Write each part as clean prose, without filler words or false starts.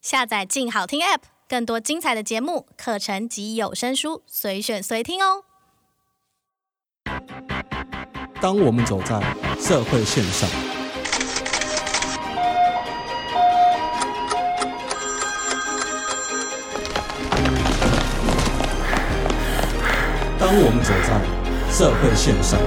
下载静好听 App， 更多精彩的节目、课程及有声书，随选随听哦。 当我们走在社会线上，当我们走在社会线上，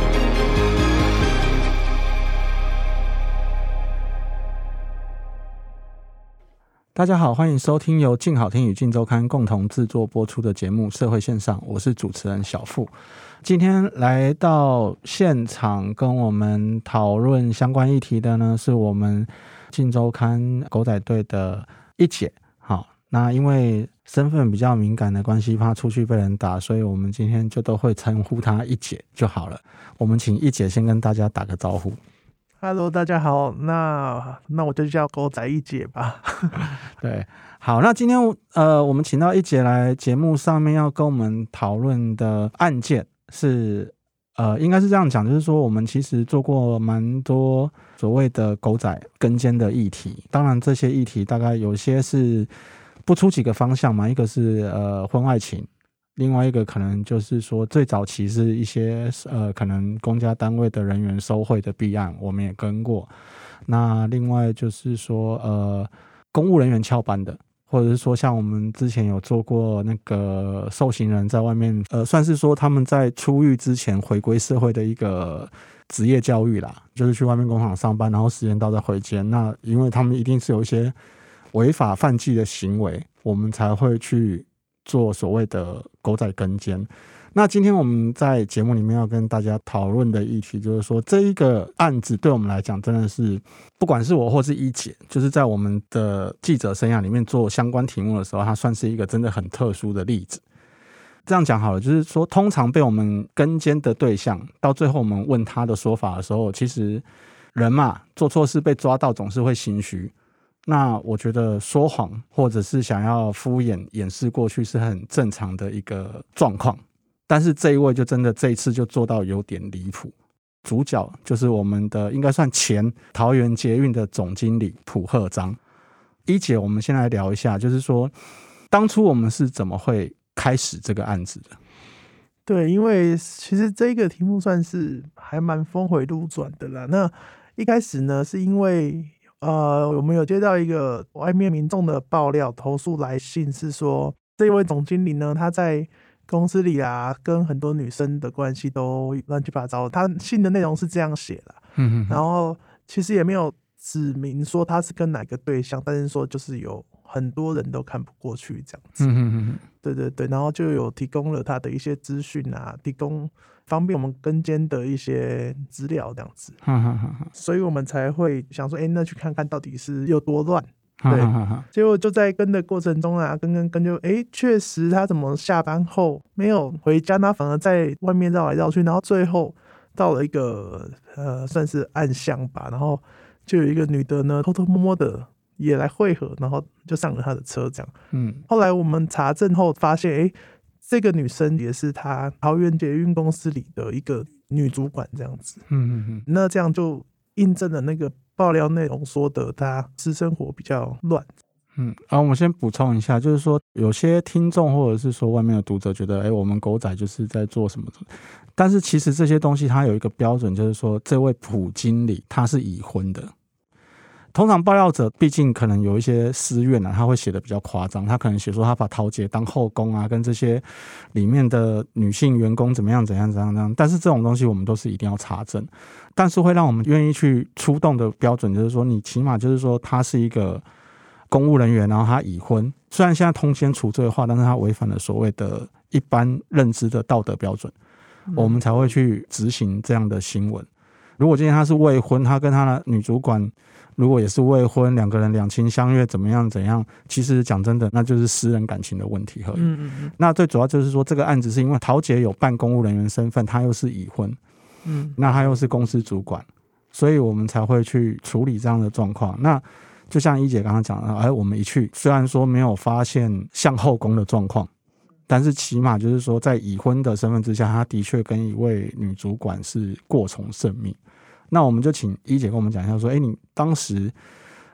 大家好，欢迎收听由静好听与静周刊共同制作播出的节目《社会线上》，我是主持人小富。今天来到现场跟我们讨论相关议题的呢，是我们静周刊狗仔队的一姐。好，那因为身份比较敏感的关系，怕出去被人打，所以我们今天就都会称呼她一姐就好了。我们请一姐先跟大家打个招呼。 Hello， 大家好，那我就叫狗仔一姐吧。 对，好，那今天我们请到一姐来节目上面要跟我们讨论的案件是应该是这样讲，就是说我们其实做过蛮多所谓的狗仔跟监的议题，当然这些议题大概有些是不出几个方向嘛，一个是婚外情。另外一个可能就是说最早期是一些可能公家单位的人员收贿的弊案，我们也跟过。那另外就是说公务人员翘班的，或者是说像我们之前有做过那个受刑人在外面算是说他们在出狱之前回归社会的一个职业教育啦，就是去外面工厂上班，然后时间到再回监。那因为他们一定是有一些违法犯纪的行为，我们才会去做所谓的狗仔跟监。那今天我们在节目里面要跟大家讨论的议题，就是说这一个案子对我们来讲真的是，不管是我或是一姐，就是在我们的记者生涯里面做相关题目的时候，它算是一个真的很特殊的例子。这样讲好了，就是说通常被我们跟监的对象，到最后我们问他的说法的时候，其实人嘛，做错事被抓到总是会心虚。那我觉得说谎或者是想要敷衍掩饰过去是很正常的一个状况，但是这一位就真的这一次就做到有点离谱。主角就是我们的应该算前桃园捷运的总经理卜贺章。一姐，我们先来聊一下，就是说当初我们是怎么会开始这个案子的？ 对，因为其实这个题目算是还蛮峰回路转的啦。那一开始呢，是因为我们有接到一个外面民众的爆料投诉来信，是说这位总经理呢，他在公司里啊，跟很多女生的关系都乱七八糟。他信的内容是这样写啦，然后其实也没有指明说他是跟哪个对象，但是说就是有很多人都看不过去这样子。对对对，然后就有提供了他的一些资讯啊，提供方便我们跟监的一些资料这样子。所以我们才会想说，那去看看到底是有多乱。对，结果就在跟的过程中啊，跟就确实他怎么下班后没有回家，他反而在外面绕来绕去，然后最后到了一个算是暗巷吧，然后就有一个女的呢偷偷摸摸的也来汇合，然后就上了他的车这样。后来我们查证后发现，这个女生也是他桃园捷运公司里的一个女主管这样子。那这样就印证了那个爆料内容说的他私生活比较乱。 我们先补充一下，就是说有些听众或者是说外面的读者觉得我们狗仔就是在做什么，但是其实这些东西它有一个标准，就是说这位卜经理他是已婚的。通常爆料者毕竟可能有一些私怨啊，他会写的比较夸张，他可能写说他把桃姐当后宫啊，跟这些里面的女性员工怎么样怎样怎样怎样，但是这种东西我们都是一定要查证，但是会让我们愿意去出动的标准就是说，你起码就是说他是一个公务人员，然后他已婚，虽然现在通奸除罪化，但是他违反了所谓的一般认知的道德标准，我们才会去执行这样的新闻。如果今天他是未婚，他跟他的女主管如果也是未婚，两个人两情相悦怎么样怎样，其实讲真的那就是私人感情的问题而已。那最主要就是说这个案子是因为桃姐有办公务人员身份，她又是已婚，那她又是公司主管，所以我们才会去处理这样的状况。那就像一姐刚刚讲的，我们一去虽然说没有发现向后宫的状况，但是起码就是说在已婚的身份之下，她的确跟一位女主管是过从甚密。那我们就请一姐跟我们讲一下说，你当时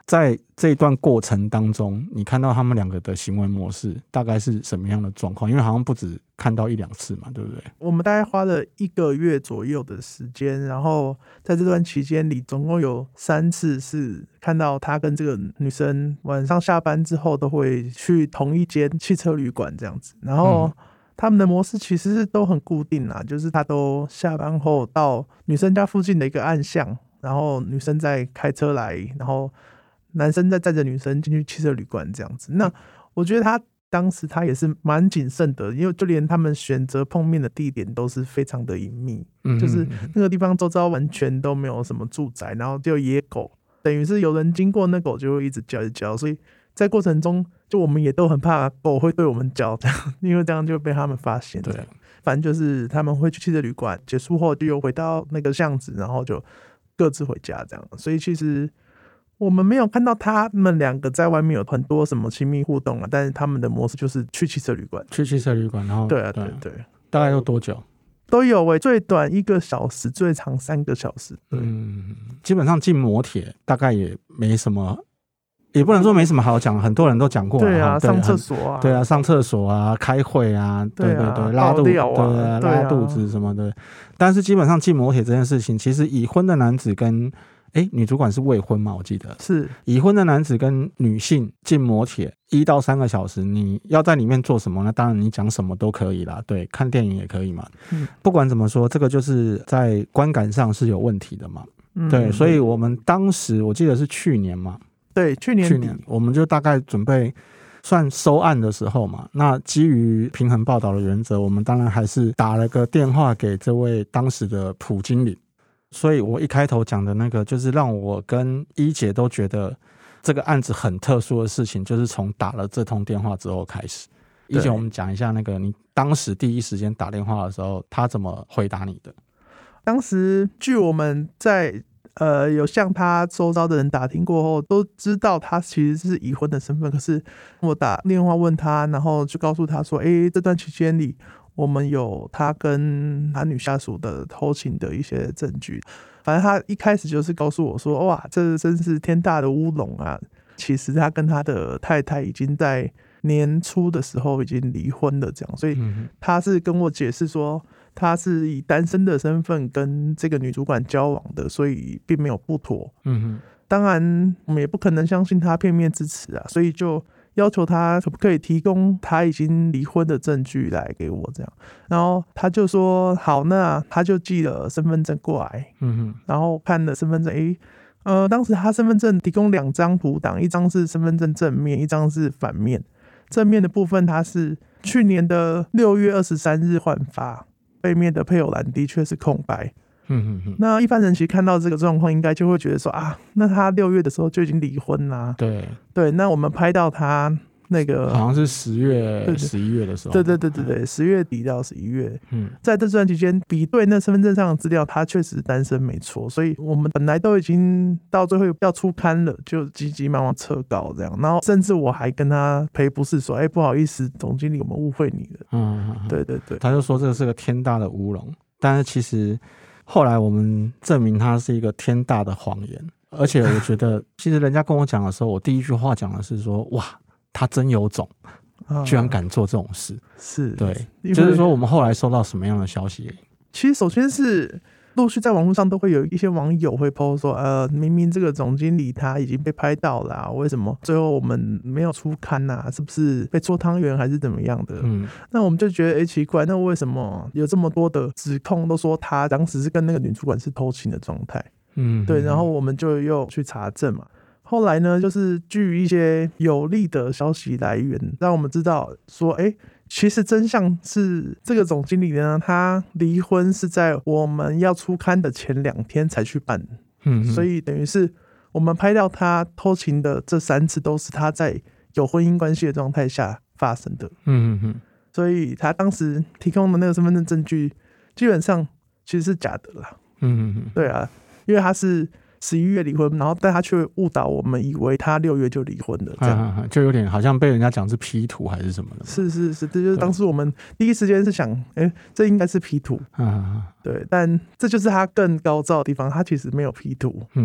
在这一段过程当中，你看到他们两个的行为模式大概是什么样的状况？因为好像不止看到1-2次嘛，对不对？ 我们大概花了1个月左右的时间，然后在这段期间里，总共有3次是看到他跟这个女生晚上下班之后都会去同一间汽车旅馆这样子，然后他们的模式其实都很固定啦，就是他都下班后到女生家附近的一个暗巷，然后女生再开车来，然后男生再载着女生进去汽车旅馆这样子。那我觉得他当时他也是蛮谨慎的，因为就连他们选择碰面的地点都是非常的隐秘，就是那个地方周遭完全都没有什么住宅，然后就野狗，等于是有人经过，那狗就会一直叫一直叫，所以在过程中就我们也都很怕狗会对我们叫，这样因为这样就被他们发现。对，反正就是他们会去汽车旅馆，结束后就又回到那个巷子，然后就各自回家这样。所以其实我们没有看到他们2个在外面有很多什么亲密互动啊，但是他们的模式就是去汽车旅馆，然后对， 大概有多久？ 都有最短1个小时，最长3个小时。 基本上进摩铁大概也没什么，也不能说没什么好讲，很多人都讲过。 对啊，上厕所啊， 对啊，上厕所啊，开会啊，对，拉肚子，拉肚子什么的。但是基本上进摩铁这件事情，其实已婚的男子跟女主管是未婚嘛？我记得是已婚的男子跟女性进摩铁1到3个小时，你要在里面做什么？那当然你讲什么都可以啦，对，看电影也可以嘛。不管怎么说，这个就是在观感上是有问题的嘛。对，所以我们当时我记得是去年嘛， 对，去年我们就大概准备算收案的时候嘛，那基于平衡报道的原则，我们当然还是打了个电话给这位当时的蒲经理。所以我一开头讲的那个，就是让我跟一姐都觉得这个案子很特殊的事情，就是从打了这通电话之后开始。一姐，我们讲一下那个你当时第一时间打电话的时候，他怎么回答你的？ 当时据我们在有向他周遭的人打听过后，都知道他其实是已婚的身份。可是我打电话问他，然后就告诉他说：“这段期间里，我们有他跟他女下属的偷情的一些证据。”反正他一开始就是告诉我说：“哇，这真是天大的乌龙啊！其实他跟他的太太已经在年初的时候已经离婚了，这样。所以他是跟我解释说，他是以单身的身份跟这个女主管交往的，所以并没有不妥。当然我们也不可能相信他片面之词啊，所以就要求他可不可以提供他已经离婚的证据来给我，这样。然后他就说好，那他就寄了身份证过来，然后看了身份证，当时他身份证提供2张图档，一张是身份证正面，一张是反面。正面的部分他是去年的6月23日换发，背面的配偶栏的确是空白。那一般人其实看到这个状况，应该就会觉得说啊，那他6月的时候就已经离婚啦。对，那我们拍到他那个好像是10月、11月的时候。 对，10月底到11月。在这段期间比对那身份证上的资料，他确实单身没错，所以我们本来都已经到最后要出刊了，就急急忙忙撤稿这样。然后甚至我还跟他赔不是说，不好意思，总经理，我们误会你了。对， 他就说这个是个天大的乌龙，但是其实后来我们证明它是一个天大的谎言。而且我觉得其实人家跟我讲的时候，我第一句话讲的是说，哇，他真有种，居然敢做这种事。 是， 对，就是说我们后来收到什么样的消息？ 其实首先是陆续在网络上都会有一些网友会 po 说，明明这个总经理他已经被拍到了，为什么最后我们没有出刊啊？是不是被搓汤圆还是怎么样的？那我们就觉得奇怪，那为什么有这么多的指控都说他当时是跟那个女主管是偷情的状态？对，然后我们就又去查证嘛。后来呢，就是据一些有利的消息来源，让我们知道说，其实真相是这个总经理呢，他离婚是在我们要出刊的前2天才去办。所以等于是我们拍到他偷情的这3次都是他在有婚姻关系的状态下发生的。所以他当时提供的那个身份证证据基本上其实是假的啦。对啊，因为他是11月离婚，然后但他却误导我们以为他6月就离婚了，这样就有点好像被人家讲是 P 图还是什么的。 是，这就是当时我们第一时间是想，这应该是 P 图。对，但这就是他更高招的地方，他其实没有 P 图。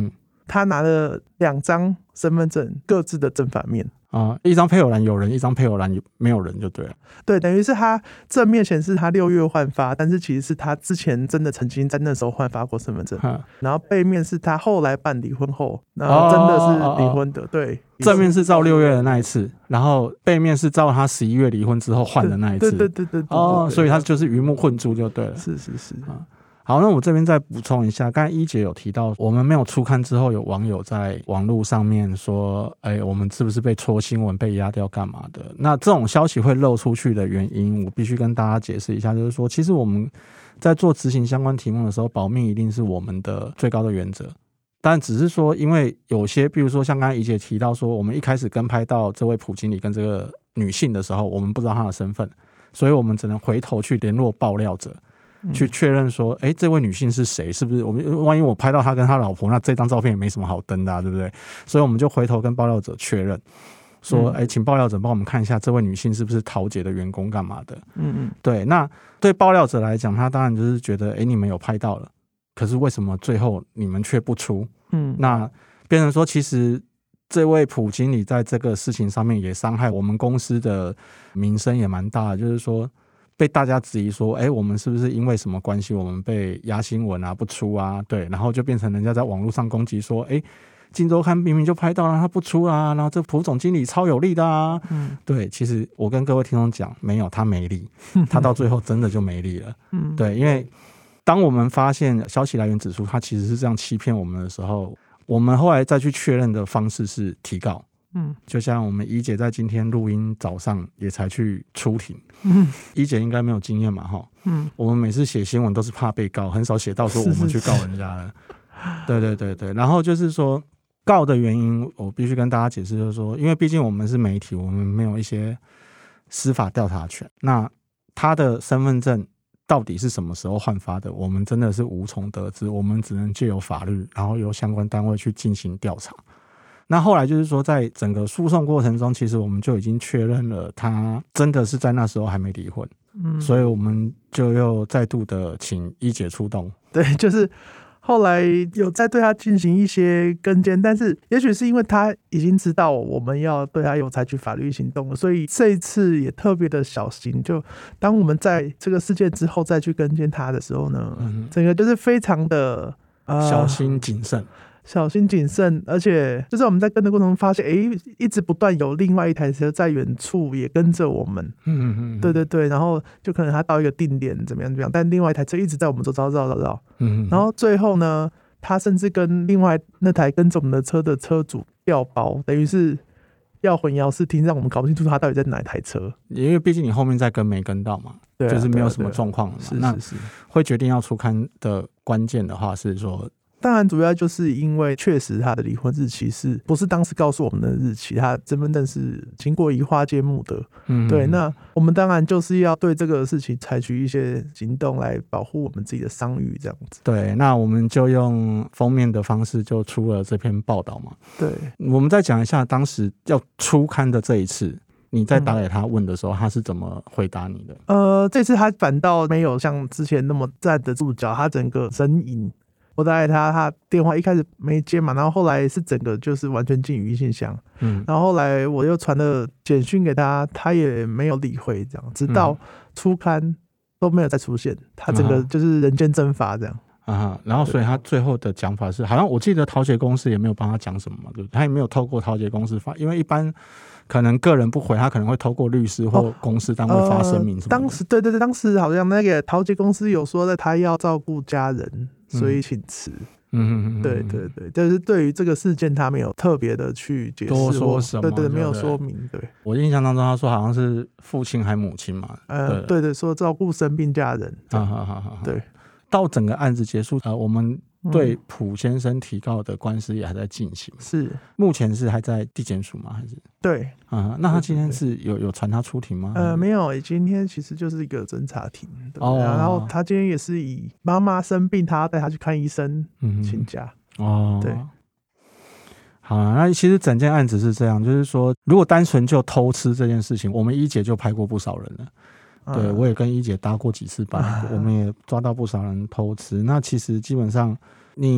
他拿了2张身份证各自的正反面一张配偶栏有人，一张配偶栏没有人就对了。 对，等于是他正面显示他6月换发，但是其实是他之前真的曾经在那时候换发过身份证，然后背面是他后来办离婚后，然后真的是离婚的。对， 正面是照6月的那一次，然后背面是照他11月离婚之后换的那一次。 对， 所以他就是鱼目混珠就对了。 是。 好，那我这边再补充一下，刚才一姐有提到，我们没有出刊之后，有网友在网络上面说，我们是不是被戳新闻、被压掉干嘛的？那这种消息会漏出去的原因，我必须跟大家解释一下，就是说，其实我们在做执行相关题目的时候，保密一定是我们的最高的原则。但只是说，因为有些，比如说像刚才一姐提到说，我们一开始跟拍到这位普经理跟这个女性的时候，我们不知道她的身份，所以我们只能回头去联络爆料者。去确认说，这位女性是谁？是不是万一我拍到她跟她老婆，那这张照片也没什么好登的对不对？所以我们就回头跟爆料者确认，说，请爆料者帮我们看一下这位女性是不是桃姐的员工干嘛的？对。那对爆料者来讲，他当然就是觉得，你们有拍到了，可是为什么最后你们却不出？那变成说，其实这位普经理在这个事情上面也伤害我们公司的名声也蛮大的，就是说。被大家质疑说，我们是不是因为什么关系，我们被压新闻啊，不出啊？对，然后就变成人家在网络上攻击说，镜周刊明明就拍到了，他不出啊，然后这蒲总经理超有力的啊。对，其实我跟各位听众讲，没有，他没力，他到最后真的就没力了。对，因为当我们发现消息来源指出他其实是这样欺骗我们的时候，我们后来再去确认的方式是提告。就像我们一姐在今天录音早上也才去出庭。一姐应该没有经验嘛齁。我们每次写新闻都是怕被告，很少写到说我们去告人家了。对，然后就是说告的原因我必须跟大家解释，就是说因为毕竟我们是媒体，我们没有一些司法调查权，那他的身份证到底是什么时候换发的，我们真的是无从得知，我们只能借由法律，然后由相关单位去进行调查。那后来就是说，在整个诉讼过程中，其实我们就已经确认了他真的是在那时候还没离婚。所以我们就又再度的请一姐出动。 对，就是后来有在对他进行一些跟监，但是也许是因为他已经知道我们要对他有采取法律行动了，所以这一次也特别的小心。就当我们在这个事件之后再去跟监他的时候呢，整个就是非常的小心谨慎。 小心谨慎，而且就是我们在跟的过程中发现，一直不断有另外一台车在远处也跟着我们。对，然后就可能他到一个定点怎么样，但另外一台车一直在我们周遭绕。然后最后呢，他甚至跟另外那台跟着我们的车的车主调包，等于是要混淆视听，让我们搞不清楚他到底在哪一台车。 因为毕竟你后面再跟没跟到嘛，就是没有什么状况嘛。那会决定要出刊的关键的话是说。 当然主要就是因为确实他的离婚日期是不是当时告诉我们的日期，他身份证是经过移花接木的。对，那我们当然就是要对这个事情采取一些行动来保护我们自己的商誉这样子。 对，那我们就用封面的方式就出了这篇报道嘛。 对， 我们再讲一下当时要出刊的这一次你在打给他问的时候，他是怎么回答你的？ 这次他反倒没有像之前那么站得住脚，他整个神隐。我打给他电话一开始没接嘛，然后后来是整个就是完全进语音信箱。然后后来我又传了简讯给他，他也没有理会，这样直到出刊都没有再出现，他整个就是人间蒸发这样。 然后所以他最后的讲法是，好像我记得桃姐公司也没有帮他讲什么嘛，对不对？他也没有透过桃姐公司发，因为一般可能个人不回，他可能会透过律师或公司单位发声明什么的。当时对，当时好像那个桃姐公司有说的，他要照顾家人，所以请辞。对，就是对于这个事件，他没有特别的去解释多说什么， 对，没有说明。对， 我印象当中，他说好像是父亲还母亲嘛。 对，说照顾生病家人。对， 到整个案子结束，我们对蒲先生提告的官司也还在进行。 是， 目前是还在地检署吗？还是？ 对。 那他今天是有传他出庭吗？ 没有，今天其实就是一个侦查庭。然后他今天也是以妈妈生病，他要带他去看医生请假。对。 好，那其实整件案子是这样，就是说，如果单纯就偷吃这件事情，我们一姐就拍过不少人了。对，我也跟一姐搭过几次班，我们也抓到不少人偷吃。那其实基本上，你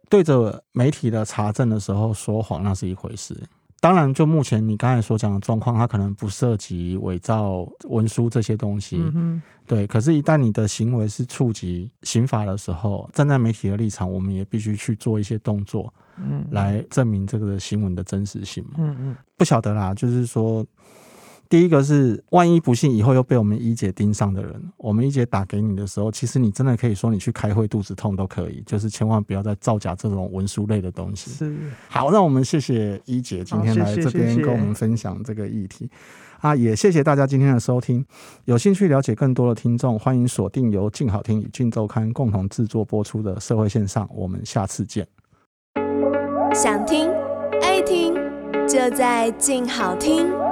对着媒体的查证的时候说谎，那是一回事。当然，就目前你刚才所讲的状况，它可能不涉及伪造文书这些东西，对。可是，一旦你的行为是触及刑法的时候，站在媒体的立场，我们也必须去做一些动作，来证明这个新闻的真实性嘛。不晓得啦，就是说，第一个是，万一不幸以后又被我们一姐盯上的人，我们一姐打给你的时候，其实你真的可以说你去开会肚子痛都可以，就是千万不要再造假这种文书类的东西。 是， 好，那我们谢谢一姐今天来这边跟我们分享这个议题。也谢谢大家今天的收听。有兴趣了解更多的听众，欢迎锁定由静好听与静周刊共同制作播出的社会线上，我们下次见。 想听爱听，就在静好听。